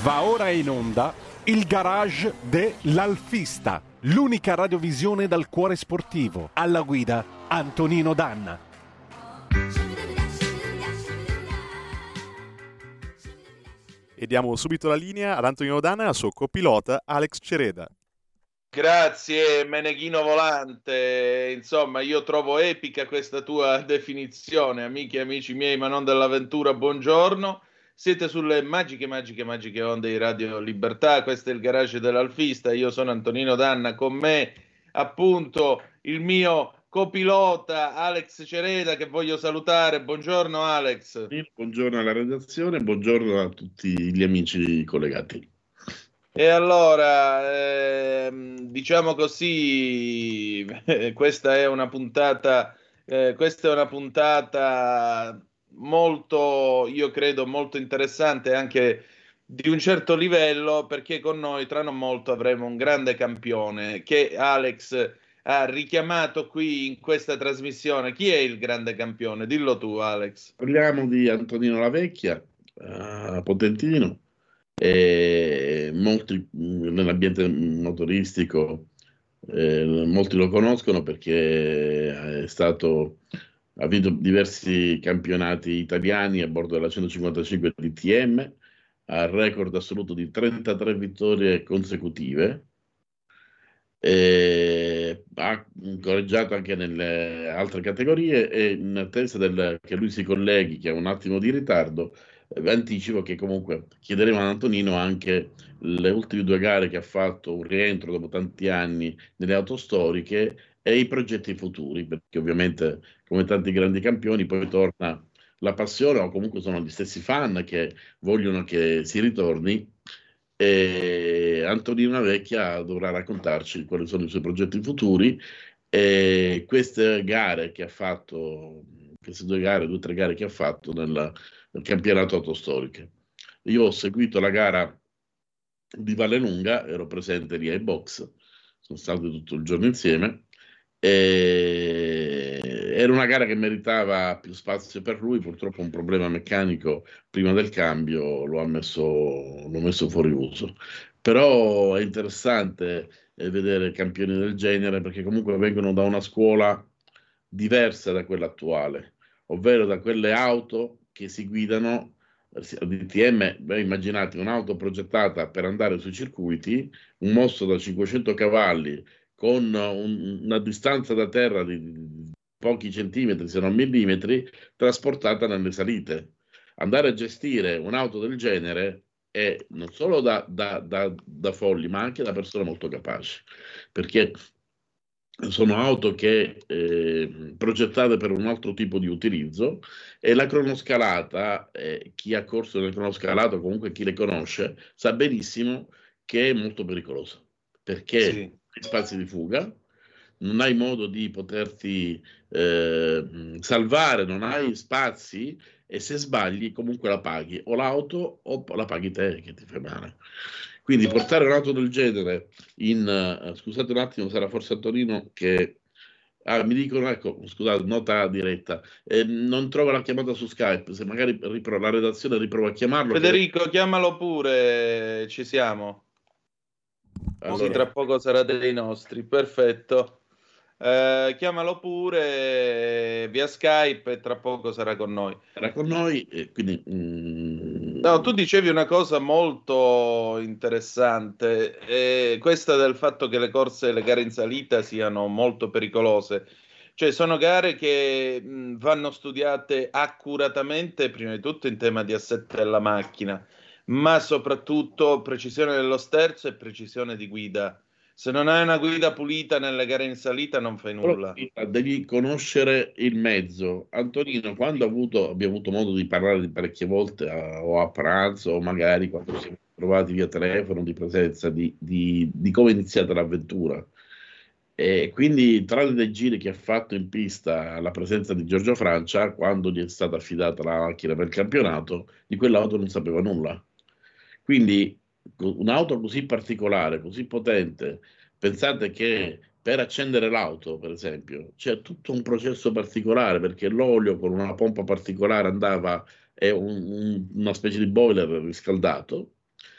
Va ora in onda il garage dell'Alfista, l'unica radiovisione dal cuore sportivo. Alla guida Antonino Danna. E diamo subito la linea ad Antonino Danna e al suo copilota Alex Cereda. Grazie Meneghino Volante, insomma io trovo epica questa tua definizione, amiche e amici miei, ma non dell'avventura, buongiorno. Siete sulle magiche onde di Radio Libertà, questo è il garage dell'Alfista, io sono Antonino Danna, con me appunto il mio copilota Alex Cereda che voglio salutare, buongiorno Alex. Buongiorno alla redazione, buongiorno a tutti gli amici collegati. E allora, diciamo così, questa è una puntata molto, io credo, molto interessante anche di un certo livello, perché con noi tra non molto avremo un grande campione che Alex ha richiamato qui in questa trasmissione. Chi è il grande campione? Dillo tu, Alex. Parliamo di Antonino La Vecchia, potentino. E molti nell'ambiente motoristico molti lo conoscono perché ha vinto diversi campionati italiani a bordo della 155 DTM, ha il record assoluto di 33 vittorie consecutive, ha gareggiato anche nelle altre categorie e in attesa che lui si colleghi, che ha un attimo di ritardo, anticipo che comunque chiederemo ad Antonino anche le ultime due gare che ha fatto, un rientro dopo tanti anni nelle auto storiche e i progetti futuri, perché ovviamente come tanti grandi campioni poi torna la passione, o comunque sono gli stessi fan che vogliono che si ritorni, e Antonino Vecchia dovrà raccontarci quali sono i suoi progetti futuri e queste gare che ha fatto, queste due o tre gare che ha fatto nel campionato autostoriche. Io ho seguito la gara di Vallelunga, ero presente lì ai box, sono stato tutto il giorno insieme. Era una gara che meritava più spazio per lui, purtroppo un problema meccanico prima del cambio l'ho messo fuori uso. Però è interessante vedere campioni del genere perché comunque vengono da una scuola diversa da quella attuale, ovvero da quelle auto che si guidano DTM. Immaginate un'auto progettata per andare sui circuiti, un mostro da 500 cavalli con una distanza da terra di pochi centimetri, se non millimetri, trasportata nelle salite. Andare a gestire un'auto del genere è non solo da folli, ma anche da persone molto capaci, perché sono auto che progettate per un altro tipo di utilizzo, e la cronoscalata, chi ha corso nel cronoscalato, comunque chi le conosce, sa benissimo che è molto pericolosa, perché Sì. spazi di fuga, non hai modo di poterti salvare, non hai spazi, e se sbagli comunque la paghi, o l'auto o la paghi te che ti fai male. Quindi portare un'auto del genere scusate un attimo, sarà forse Antonino che mi dicono, ecco, scusate, nota diretta, non trova la chiamata su Skype, se magari la redazione riprova a chiamarlo. Federico, chiamalo pure, ci siamo. Allora, sì, tra poco sarà dei nostri, perfetto. Chiamalo pure via Skype e tra poco sarà con noi. era con noi, quindi No, tu dicevi una cosa molto interessante, questa del fatto che le gare in salita siano molto pericolose. Cioè, sono gare che vanno studiate accuratamente, prima di tutto in tema di assetto della macchina, ma soprattutto precisione dello sterzo e precisione di guida. Se non hai una guida pulita nelle gare in salita non fai nulla. devi conoscere il mezzo. Antonino, quando abbiamo avuto modo di parlare parecchie volte o a pranzo o magari quando ci siamo trovati via telefono di presenza di come è iniziata l'avventura. E quindi tra le giri che ha fatto in pista alla presenza di Giorgio Francia, quando gli è stata affidata la macchina per il campionato, di quell'auto non sapeva nulla. Quindi un'auto così particolare, così potente, pensate che per accendere l'auto, per esempio, c'è tutto un processo particolare, perché l'olio con una pompa particolare andava, è una specie di boiler riscaldato,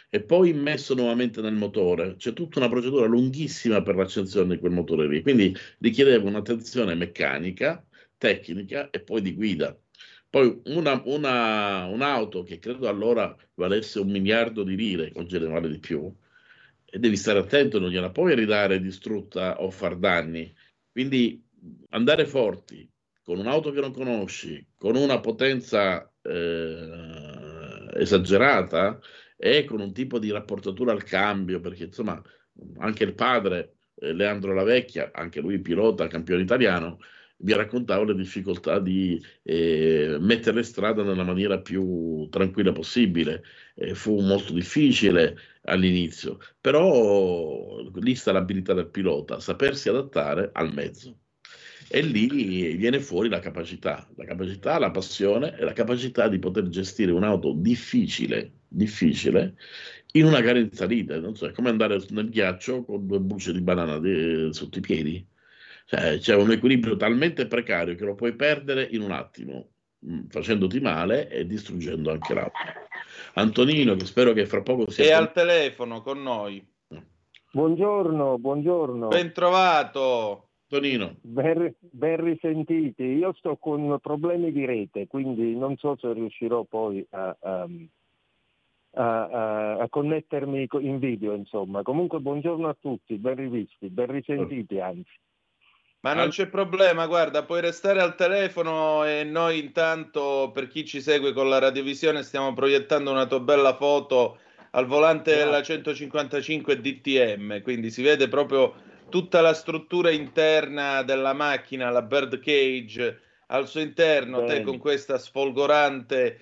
e poi immesso nuovamente nel motore. C'è tutta una procedura lunghissima per l'accensione di quel motore lì, quindi richiedeva un'attenzione meccanica, tecnica e poi di guida. Poi un'auto che credo allora valesse 1 miliardo di lire, oggi ne vale di più, e devi stare attento, non gliela puoi ridare distrutta o far danni. Quindi andare forti con un'auto che non conosci, con una potenza esagerata e con un tipo di rapportatura al cambio, perché insomma anche il padre, Leandro La Vecchia, anche lui pilota, campione italiano, mi raccontava le difficoltà di mettere in strada nella maniera più tranquilla possibile. Fu molto difficile all'inizio, però lì sta l'abilità del pilota, sapersi adattare al mezzo. E lì viene fuori la capacità, la passione e la capacità di poter gestire un'auto difficile, difficile, in una gara in salita. Non so, è come andare nel ghiaccio con 2 bucce di banana sotto i piedi. Cioè, c'è un equilibrio talmente precario che lo puoi perdere in un attimo, facendoti male e distruggendo anche l'auto. Antonino, che spero che fra poco sia È con al telefono con noi. Buongiorno, buongiorno. Ben trovato. Antonino. Ben risentiti. Io sto con problemi di rete, quindi non so se riuscirò poi a connettermi in video, insomma. Comunque buongiorno a tutti, ben rivisti, ben risentiti anzi. Ma non c'è problema, guarda, puoi restare al telefono e noi intanto, per chi ci segue con la radiovisione, stiamo proiettando una tua bella foto al volante della 155 DTM, quindi si vede proprio tutta la struttura interna della macchina, la bird cage al suo interno, te con questa sfolgorante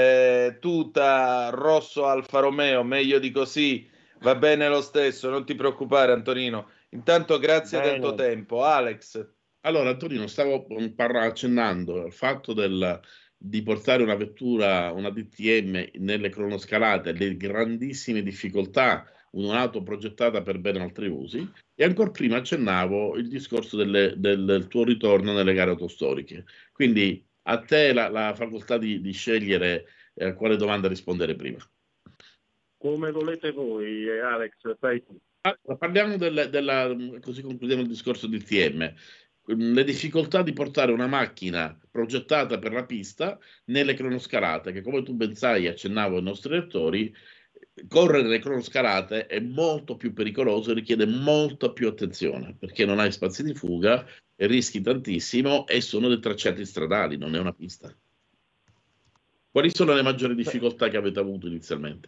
tuta rosso Alfa Romeo, meglio di così, va bene lo stesso, non ti preoccupare Antonino. Intanto grazie del tuo tempo. Alex. Allora, Antonino, stavo accennando al fatto di portare una vettura, una DTM nelle cronoscalate, le grandissime difficoltà, un'auto progettata per ben altri usi, e ancora prima accennavo il discorso del tuo ritorno nelle gare autostoriche. Quindi a te la facoltà di scegliere a quale domanda rispondere prima. Come volete voi, Alex, fai tu. Parliamo così concludiamo il discorso di TM. Le difficoltà di portare una macchina progettata per la pista nelle cronoscalate, che come tu ben sai, accennavo ai nostri lettori, correre le cronoscalate è molto più pericoloso e richiede molta più attenzione, perché non hai spazi di fuga e rischi tantissimo e sono dei tracciati stradali, non è una pista. Quali sono le maggiori difficoltà che avete avuto inizialmente?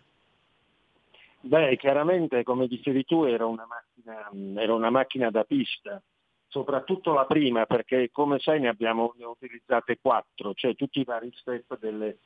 Beh, chiaramente, come dicevi tu, era una macchina da pista, soprattutto la prima, perché come sai ne ho utilizzate 4, cioè tutti i vari step delle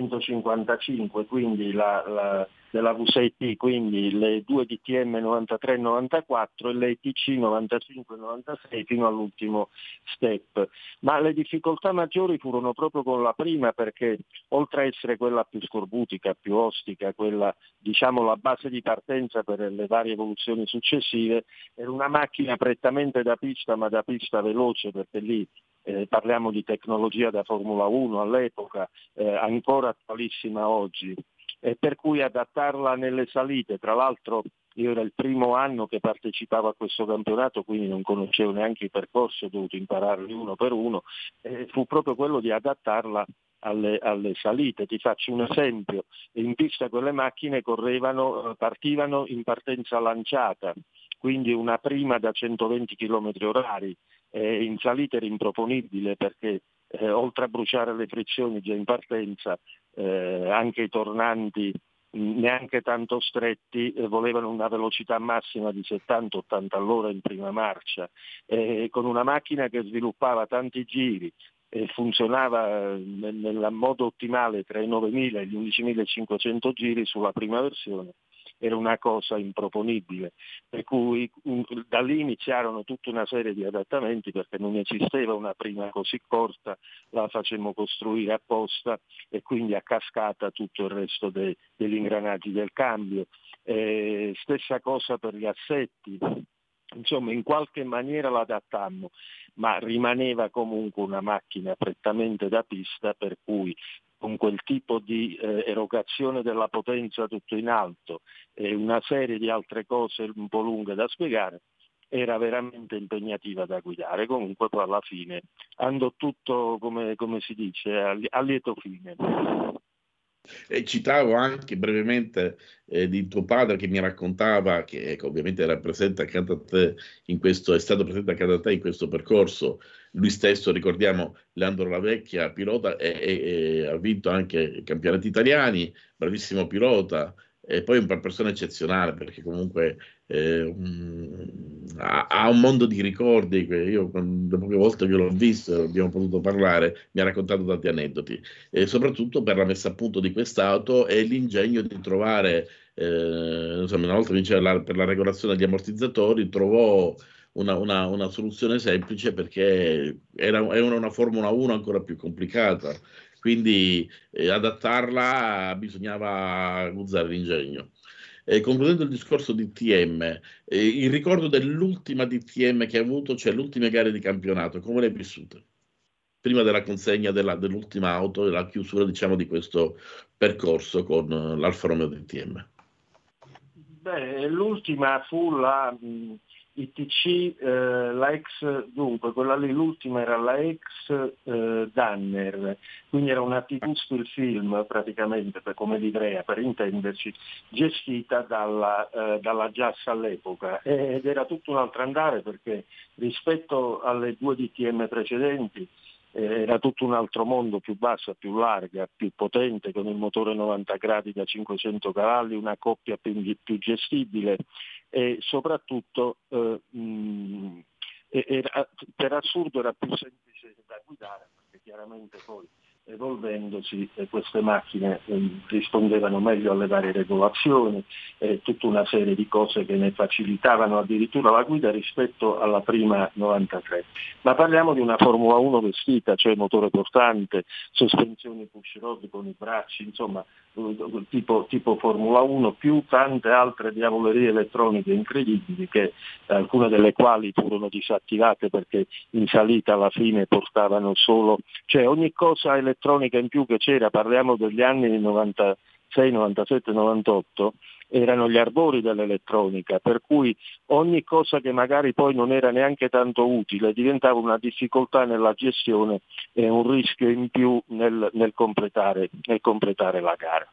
155, quindi della V6T, quindi le 2 DTM 93 e 94 e le ETC 95 e 96 fino all'ultimo step. Ma le difficoltà maggiori furono proprio con la prima, perché oltre a essere quella più scorbutica, più ostica, quella diciamo la base di partenza per le varie evoluzioni successive, era una macchina prettamente da pista, ma da pista veloce, perché lì parliamo di tecnologia da Formula 1 all'epoca, ancora attualissima oggi, e per cui adattarla nelle salite. Tra l'altro io era il primo anno che partecipavo a questo campionato, quindi non conoscevo neanche i percorsi, ho dovuto impararli uno per uno, fu proprio quello di adattarla alle salite. Ti faccio un esempio: in pista quelle macchine partivano in partenza lanciata, quindi una prima da 120 km orari, in salita era improponibile, perché oltre a bruciare le frizioni già in partenza, anche i tornanti neanche tanto stretti volevano una velocità massima di 70-80 all'ora in prima marcia, con una macchina che sviluppava tanti giri e funzionava nel modo ottimale tra i 9.000 e gli 11.500 giri sulla prima versione. Era una cosa improponibile, per cui da lì iniziarono tutta una serie di adattamenti, perché non esisteva una prima così corta, la facemmo costruire apposta e quindi a cascata tutto il resto degli ingranaggi del cambio. Stessa cosa per gli assetti. Insomma, in qualche maniera l'adattammo, ma rimaneva comunque una macchina prettamente da pista, per cui con quel tipo di erogazione della potenza tutto in alto e una serie di altre cose un po' lunghe da spiegare, era veramente impegnativa da guidare. Comunque poi alla fine andò tutto, come si dice, a lieto fine. Citavo anche brevemente di tuo padre che mi raccontava che, ecco, ovviamente era presente accanto a te è stato presente accanto a te in questo percorso. Lui stesso, ricordiamo, Leandro La Vecchia, pilota, e ha vinto anche campionati italiani, bravissimo pilota, e poi una persona eccezionale perché comunque ha un mondo di ricordi. Io le poche volte che l'ho visto, abbiamo potuto parlare, mi ha raccontato tanti aneddoti, e soprattutto per la messa a punto di quest'auto e l'ingegno di trovare, insomma, una volta che per la regolazione degli ammortizzatori trovò una soluzione semplice, perché era una Formula 1 ancora più complicata, quindi adattarla bisognava aguzzare l'ingegno. Concludendo il discorso DTM, il ricordo dell'ultima DTM che hai avuto, cioè le ultime gare di campionato, come le hai vissute? Prima della consegna dell'ultima auto e la chiusura, diciamo, di questo percorso con l'Alfa Romeo DTM. Beh, l'ultima fu la ITC, la ex, dunque quella lì, l'ultima era la ex Danner, quindi era una TV sul film praticamente, come livrea, per intenderci, gestita dalla JAS all'epoca, ed era tutto un altro andare, perché rispetto alle 2 DTM precedenti era tutto un altro mondo, più bassa, più larga, più potente, con il motore 90 gradi da 500 cavalli, una coppia più gestibile, e soprattutto per assurdo era più semplice da guidare, perché chiaramente poi evolvendosi queste macchine rispondevano meglio alle varie regolazioni, tutta una serie di cose che ne facilitavano addirittura la guida rispetto alla prima 93. Ma parliamo di una Formula 1 vestita, cioè motore portante, sospensioni push rod con i bracci, insomma tipo Formula 1, più tante altre diavolerie elettroniche incredibili, che alcune delle quali furono disattivate perché in salita alla fine portavano solo, cioè ogni cosa elettronica in più che c'era, parliamo degli anni 96, 97, 98, erano gli arbori dell'elettronica, per cui ogni cosa che magari poi non era neanche tanto utile diventava una difficoltà nella gestione e un rischio in più nel completare la gara.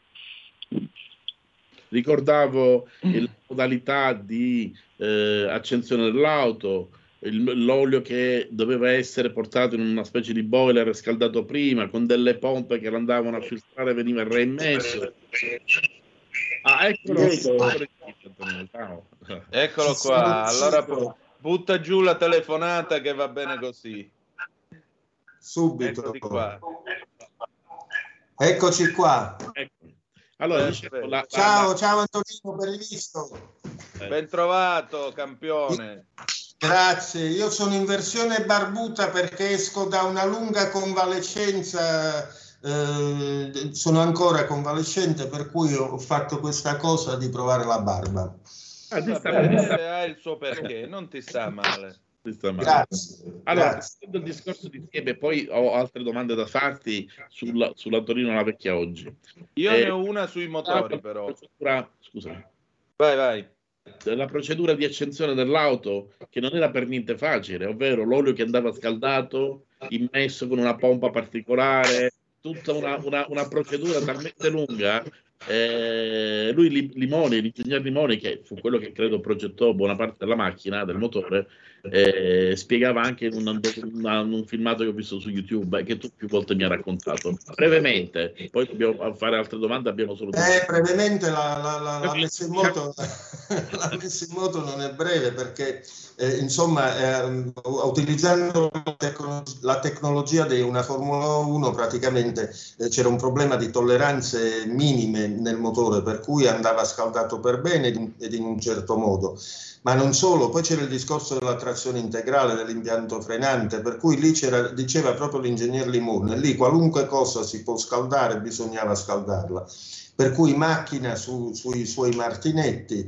Ricordavo la modalità di accensione dell'auto, l'olio che doveva essere portato in una specie di boiler e scaldato prima, con delle pompe che lo andavano a filtrare e veniva reimmesso. Eccolo qua. Allora butta giù la telefonata, che va bene così. Subito. Qua. Eccoci qua. Ecco. Allora, ciao Antonino, ben visto. Ben trovato, campione. Grazie, io sono in versione barbuta perché esco da una lunga convalescenza, sono ancora convalescente, per cui ho fatto questa cosa di provare la barba. Ha il suo perché, non ti sta male. Grazie. Allora, il discorso di Tiebe, poi ho altre domande da farti sulla Torino La Vecchia oggi. Io ne ho una sui motori, però. Scusa. Vai. La procedura di accensione dell'auto, che non era per niente facile, ovvero l'olio che andava scaldato, immesso con una pompa particolare, tutta una procedura talmente lunga. L'ingegner Limoni, che fu quello che credo progettò buona parte della macchina, del motore, spiegava anche in un filmato che ho visto su YouTube, che tu più volte mi hai raccontato brevemente. Poi dobbiamo fare altre domande, abbiamo solo brevemente la messa in moto la messa in moto non è breve, perché utilizzando la tecnologia di una Formula 1 praticamente c'era un problema di tolleranze minime nel motore, per cui andava scaldato per bene ed in un certo modo. Ma non solo, poi c'era il discorso della trazione integrale, dell'impianto frenante, per cui lì diceva proprio l'ingegner Limone, lì qualunque cosa si può scaldare bisognava scaldarla. per cui macchina sui suoi martinetti,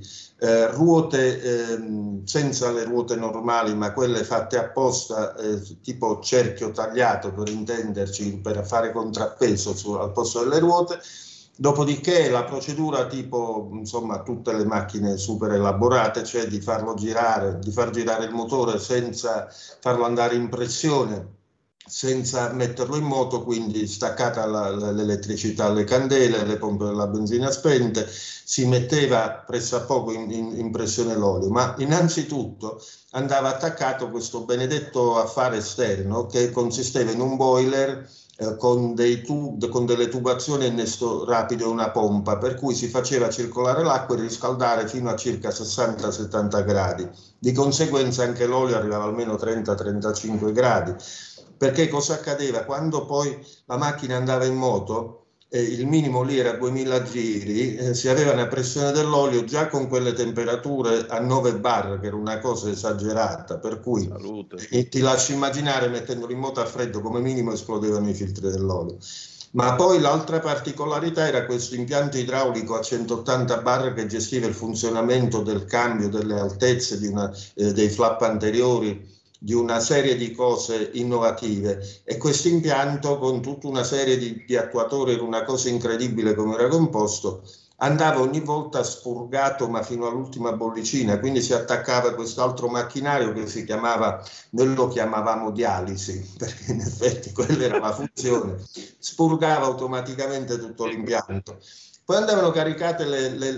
ruote senza le ruote normali, ma quelle fatte apposta, tipo cerchio tagliato per intenderci, per fare contrappeso al posto delle ruote. Dopodiché la procedura tipo, insomma, tutte le macchine super elaborate, cioè di farlo girare, di far girare il motore senza farlo andare in pressione, senza metterlo in moto, quindi staccata l'elettricità alle candele, le pompe della benzina spente, si metteva pressappoco in pressione l'olio, ma innanzitutto andava attaccato questo benedetto affare esterno che consisteva in un boiler con delle tubazioni a innesto rapido e una pompa, per cui si faceva circolare l'acqua e riscaldare fino a circa 60-70 gradi. Di conseguenza anche l'olio arrivava almeno 30-35 gradi. Perché cosa accadeva? Quando poi la macchina andava in moto, il minimo lì era 2000 giri, si aveva una pressione dell'olio già con quelle temperature a 9 bar, che era una cosa esagerata, per cui ti lascio immaginare, mettendolo in moto a freddo, come minimo esplodevano i filtri dell'olio. Ma poi l'altra particolarità era questo impianto idraulico a 180 bar che gestiva il funzionamento del cambio delle altezze dei flap anteriori, di una serie di cose innovative, e questo impianto con tutta una serie di attuatori, era una cosa incredibile come era composto, andava ogni volta spurgato ma fino all'ultima bollicina, quindi si attaccava a quest'altro macchinario che si chiamava, noi lo chiamavamo dialisi, perché in effetti quella era la funzione, spurgava automaticamente tutto l'impianto. Poi andavano caricate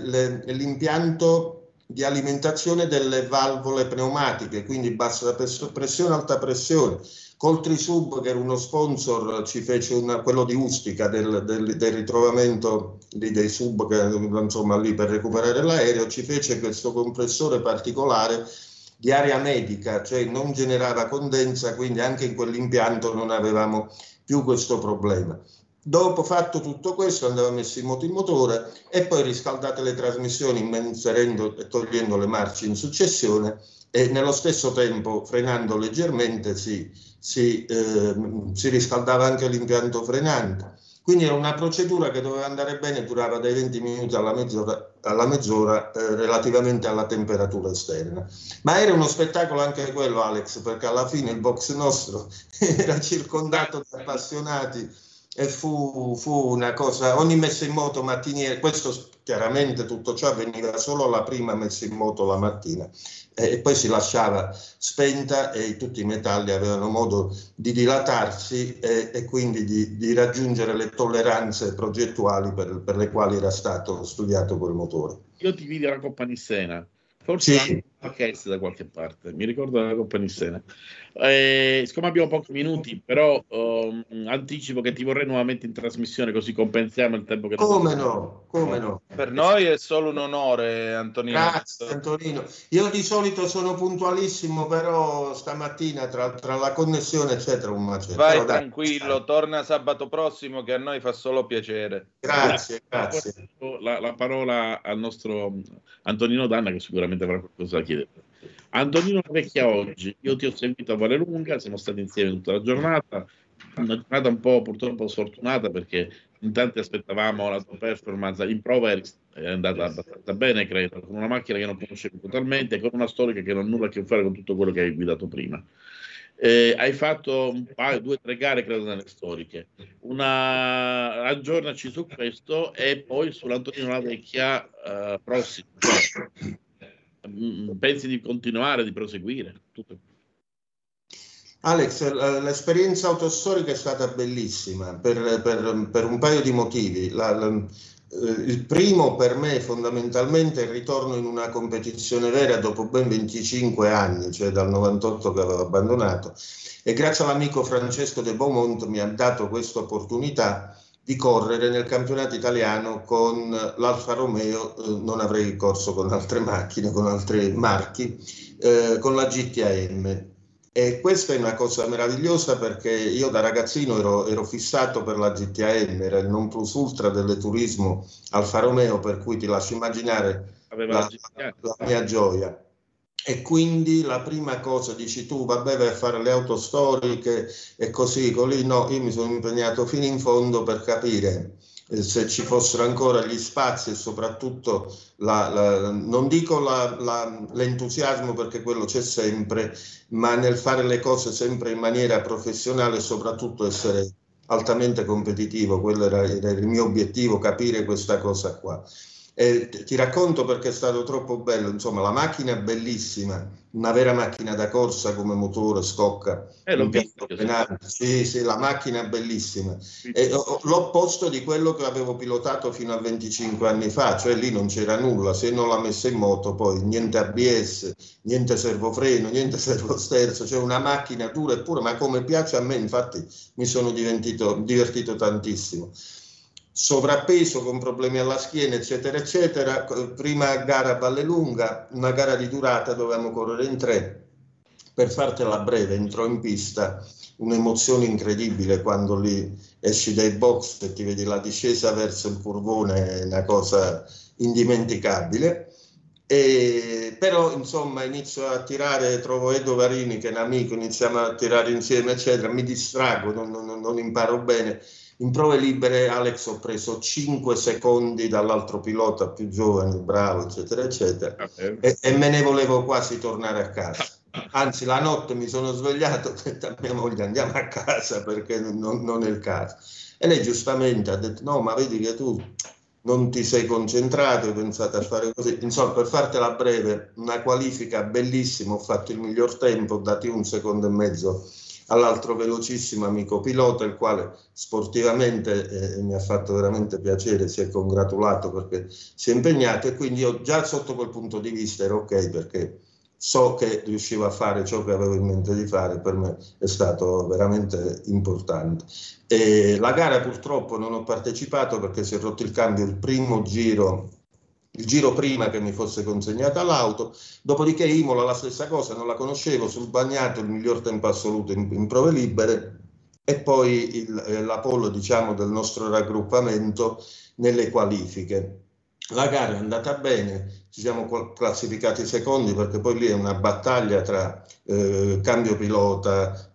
l'impianto di alimentazione delle valvole pneumatiche, quindi bassa pressione, alta pressione. Coltrisub, che era uno sponsor, ci fece quello di Ustica del ritrovamento dei sub, che, insomma, lì per recuperare l'aereo, ci fece questo compressore particolare di aria medica, cioè non generava condensa, quindi anche in quell'impianto non avevamo più questo problema. Dopo fatto tutto questo andava messo in moto il motore e poi riscaldate le trasmissioni inserendo e togliendo le marce in successione, e nello stesso tempo frenando leggermente si riscaldava anche l'impianto frenante. Quindi era una procedura che doveva andare bene, durava dai 20 minuti alla mezz'ora relativamente alla temperatura esterna. Ma era uno spettacolo anche quello, Alex, perché alla fine il box nostro era circondato da appassionati e fu una cosa, ogni messa in moto mattiniera, questo chiaramente tutto ciò avveniva solo alla prima messa in moto la mattina, e poi si lasciava spenta e tutti i metalli avevano modo di dilatarsi e quindi di raggiungere le tolleranze progettuali per le quali era stato studiato quel motore. Io ti vidi alla Coppa Nissena, forse anche a Chess da qualche parte, mi ricordo la Coppa Nissena. Siccome abbiamo pochi minuti, però anticipo che ti vorrei nuovamente in trasmissione, così compensiamo il tempo che... Come no. Per noi è solo un onore, Antonino. Grazie, Antonino. Io di solito sono puntualissimo, però stamattina tra la connessione eccetera un macello. Vai tranquillo, torna sabato prossimo che a noi fa solo piacere. Grazie. La parola al nostro Antonino Danna, che sicuramente avrà qualcosa da chiedere. Antonino Vecchia, oggi io ti ho seguito a Vallelunga, siamo stati insieme tutta la giornata, una giornata un po' purtroppo sfortunata perché in tanti aspettavamo la tua performance in prova, è andata abbastanza bene, credo, con una macchina che non conoscevi totalmente, con una storica che non ha nulla a che fare con tutto quello che hai guidato prima. Hai fatto 2 o 3 gare, credo, nelle storiche. Aggiornaci su questo e poi sull'Antonino La Vecchia prossimo. Pensi di continuare, di proseguire? Tutto. Alex, l'esperienza autostorica è stata bellissima per un paio di motivi. Il primo per me fondamentalmente è il ritorno in una competizione vera dopo ben 25 anni, cioè dal 98 che avevo abbandonato, e grazie all'amico Francesco De Beaumont mi ha dato questa opportunità di correre nel campionato italiano con l'Alfa Romeo, non avrei corso con altre macchine, con altri marchi, con la GTAM. E questa è una cosa meravigliosa perché io da ragazzino ero fissato per la GTAM, era il non plus ultra del turismo Alfa Romeo, per cui ti lascio immaginare la mia gioia. E quindi la prima cosa, dici tu, vabbè, vai a fare le auto storiche e così, no, io mi sono impegnato fino in fondo per capire se ci fossero ancora gli spazi e soprattutto non dico l'entusiasmo, perché quello c'è sempre, ma nel fare le cose sempre in maniera professionale e soprattutto essere altamente competitivo. Quello era il mio obiettivo, capire questa cosa qua. Ti racconto perché è stato troppo bello. Insomma, la macchina è bellissima, una vera macchina da corsa come motore, scocca. L'ho visto. Sì, la macchina è bellissima. L'opposto di quello che avevo pilotato fino a 25 anni fa, cioè lì non c'era nulla. Se non l'ha messa in moto, poi niente ABS, niente servofreno, niente servosterzo, cioè una macchina dura e pura, ma come piace a me. Infatti mi sono divertito tantissimo. Sovrappeso, con problemi alla schiena, eccetera, eccetera. Prima gara a Vallelunga, una gara di durata, dovevamo correre in 3. Per fartela breve, entrò in pista, un'emozione incredibile quando lì esci dai box e ti vedi la discesa verso il curvone, è una cosa indimenticabile. Però insomma inizio a tirare, trovo Edo Varini che è un amico, iniziamo a tirare insieme, eccetera, mi distrago, non imparo bene. In prove libere, Alex, ho preso 5 secondi dall'altro pilota più giovane, bravo, eccetera, eccetera, e me ne volevo quasi tornare a casa. Anzi, la notte mi sono svegliato e ho detto a mia moglie: andiamo a casa perché non è il caso. E lei giustamente ha detto: no, ma vedi che tu non ti sei concentrato, hai pensato a fare così. Insomma, per fartela breve, una qualifica bellissima, ho fatto il miglior tempo, ho dato 1,5 secondi all'altro velocissimo amico pilota, il quale sportivamente mi ha fatto veramente piacere, si è congratulato perché si è impegnato, e quindi io già sotto quel punto di vista ero ok, perché so che riuscivo a fare ciò che avevo in mente di fare. Per me è stato veramente importante. E la gara purtroppo non ho partecipato perché si è rotto il cambio il primo giro, il giro prima che mi fosse consegnata l'auto. Dopodiché Imola la stessa cosa, non la conoscevo, sul bagnato il miglior tempo assoluto in prove libere, e poi la pole, diciamo, del nostro raggruppamento nelle qualifiche. La gara è andata bene, ci siamo classificati secondi, perché poi lì è una battaglia tra cambio pilota,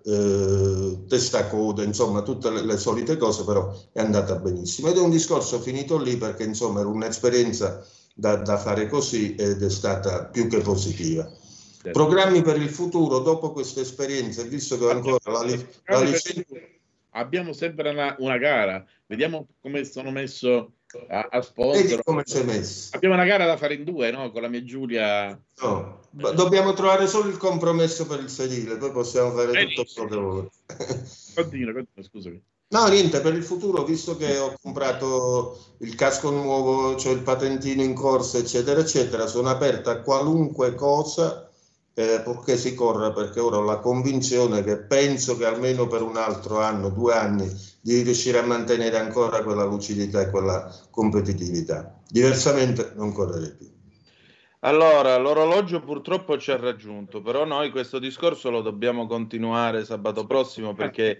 testacoda, insomma tutte le solite cose, però è andata benissimo. Ed è un discorso finito lì, perché insomma era un'esperienza da fare così ed è stata più che positiva. Programmi per il futuro dopo questa esperienza, visto che ancora la licenza... Abbiamo sempre una gara, vediamo come sono messo a sponsor. Vedi come sei messo. Abbiamo una gara da fare in 2, no? Con la mia Giulia. No, dobbiamo trovare solo il compromesso per il sedile, poi possiamo fare tutto quello che vuoi. Continua, scusami. No, niente, per il futuro, visto che ho comprato il casco nuovo, cioè il patentino in corsa, eccetera, eccetera, sono aperta a qualunque cosa, purché si corra, perché ora ho la convinzione che penso che almeno per un altro anno, 2 anni, di riuscire a mantenere ancora quella lucidità e quella competitività. Diversamente non correrei più. Allora, l'orologio purtroppo ci ha raggiunto, però noi questo discorso lo dobbiamo continuare sabato prossimo, perché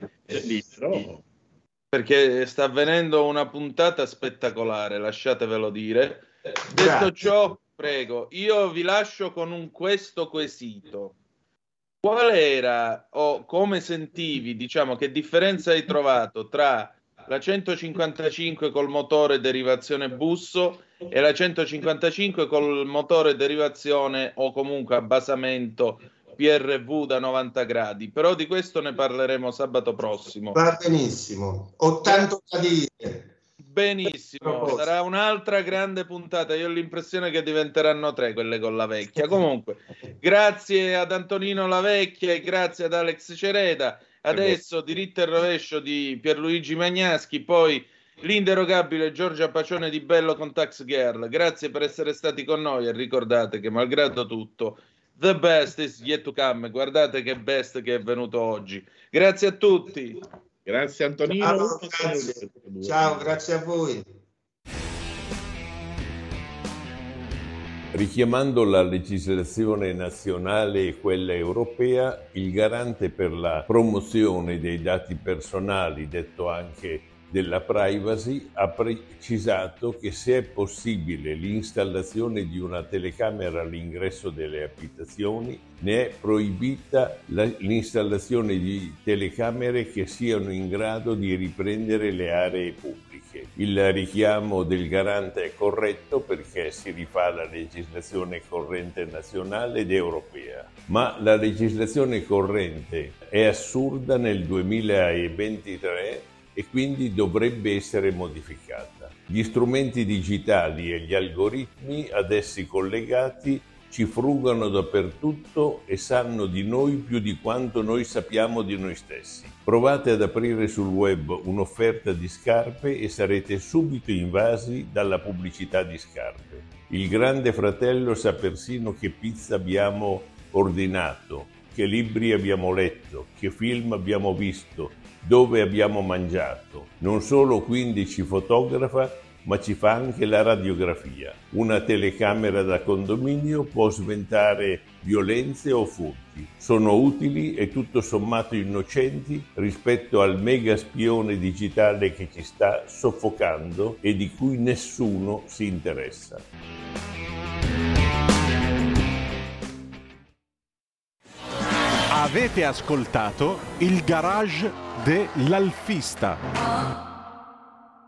sta avvenendo una puntata spettacolare, lasciatevelo dire. Detto ciò, prego, io vi lascio con questo quesito. Qual era, o come sentivi, diciamo, che differenza hai trovato tra la 155 col motore derivazione Busso e la 155 col motore derivazione o comunque abbasamento PRV da 90 gradi? Però di questo ne parleremo sabato prossimo. Va benissimo, ho tanto da dire. Benissimo, sarà un'altra grande puntata. Io ho l'impressione che diventeranno 3 quelle con la vecchia. Comunque, grazie ad Antonino La Vecchia e grazie ad Alex Cereda. Adesso diritto e rovescio di Pierluigi Magnaschi, poi l'inderogabile Giorgia Pacione di Bello con Tax Girl. Grazie per essere stati con noi e ricordate che malgrado tutto, the best is yet to come. Guardate che best che è venuto oggi. Grazie a tutti. Grazie Antonino. Grazie. Ciao, grazie a voi. Richiamando la legislazione nazionale e quella europea, il garante per la promozione dei dati personali, detto anche della privacy ha precisato che se è possibile l'installazione di una telecamera all'ingresso delle abitazioni, ne è proibita l'installazione di telecamere che siano in grado di riprendere le aree pubbliche. Il richiamo del garante è corretto perché si rifà alla legislazione corrente nazionale ed europea, ma la legislazione corrente è assurda nel 2023 e quindi dovrebbe essere modificata. Gli strumenti digitali e gli algoritmi ad essi collegati ci frugano dappertutto e sanno di noi più di quanto noi sappiamo di noi stessi. Provate ad aprire sul web un'offerta di scarpe e sarete subito invasi dalla pubblicità di scarpe. Il Grande Fratello sa persino che pizza abbiamo ordinato, che libri abbiamo letto, che film abbiamo visto, dove abbiamo mangiato. Non solo quindi ci fotografa, ma ci fa anche la radiografia. Una telecamera da condominio può sventare violenze o furti. Sono utili e tutto sommato innocenti rispetto al mega spione digitale che ci sta soffocando e di cui nessuno si interessa. Avete ascoltato il garage dell'Alfista.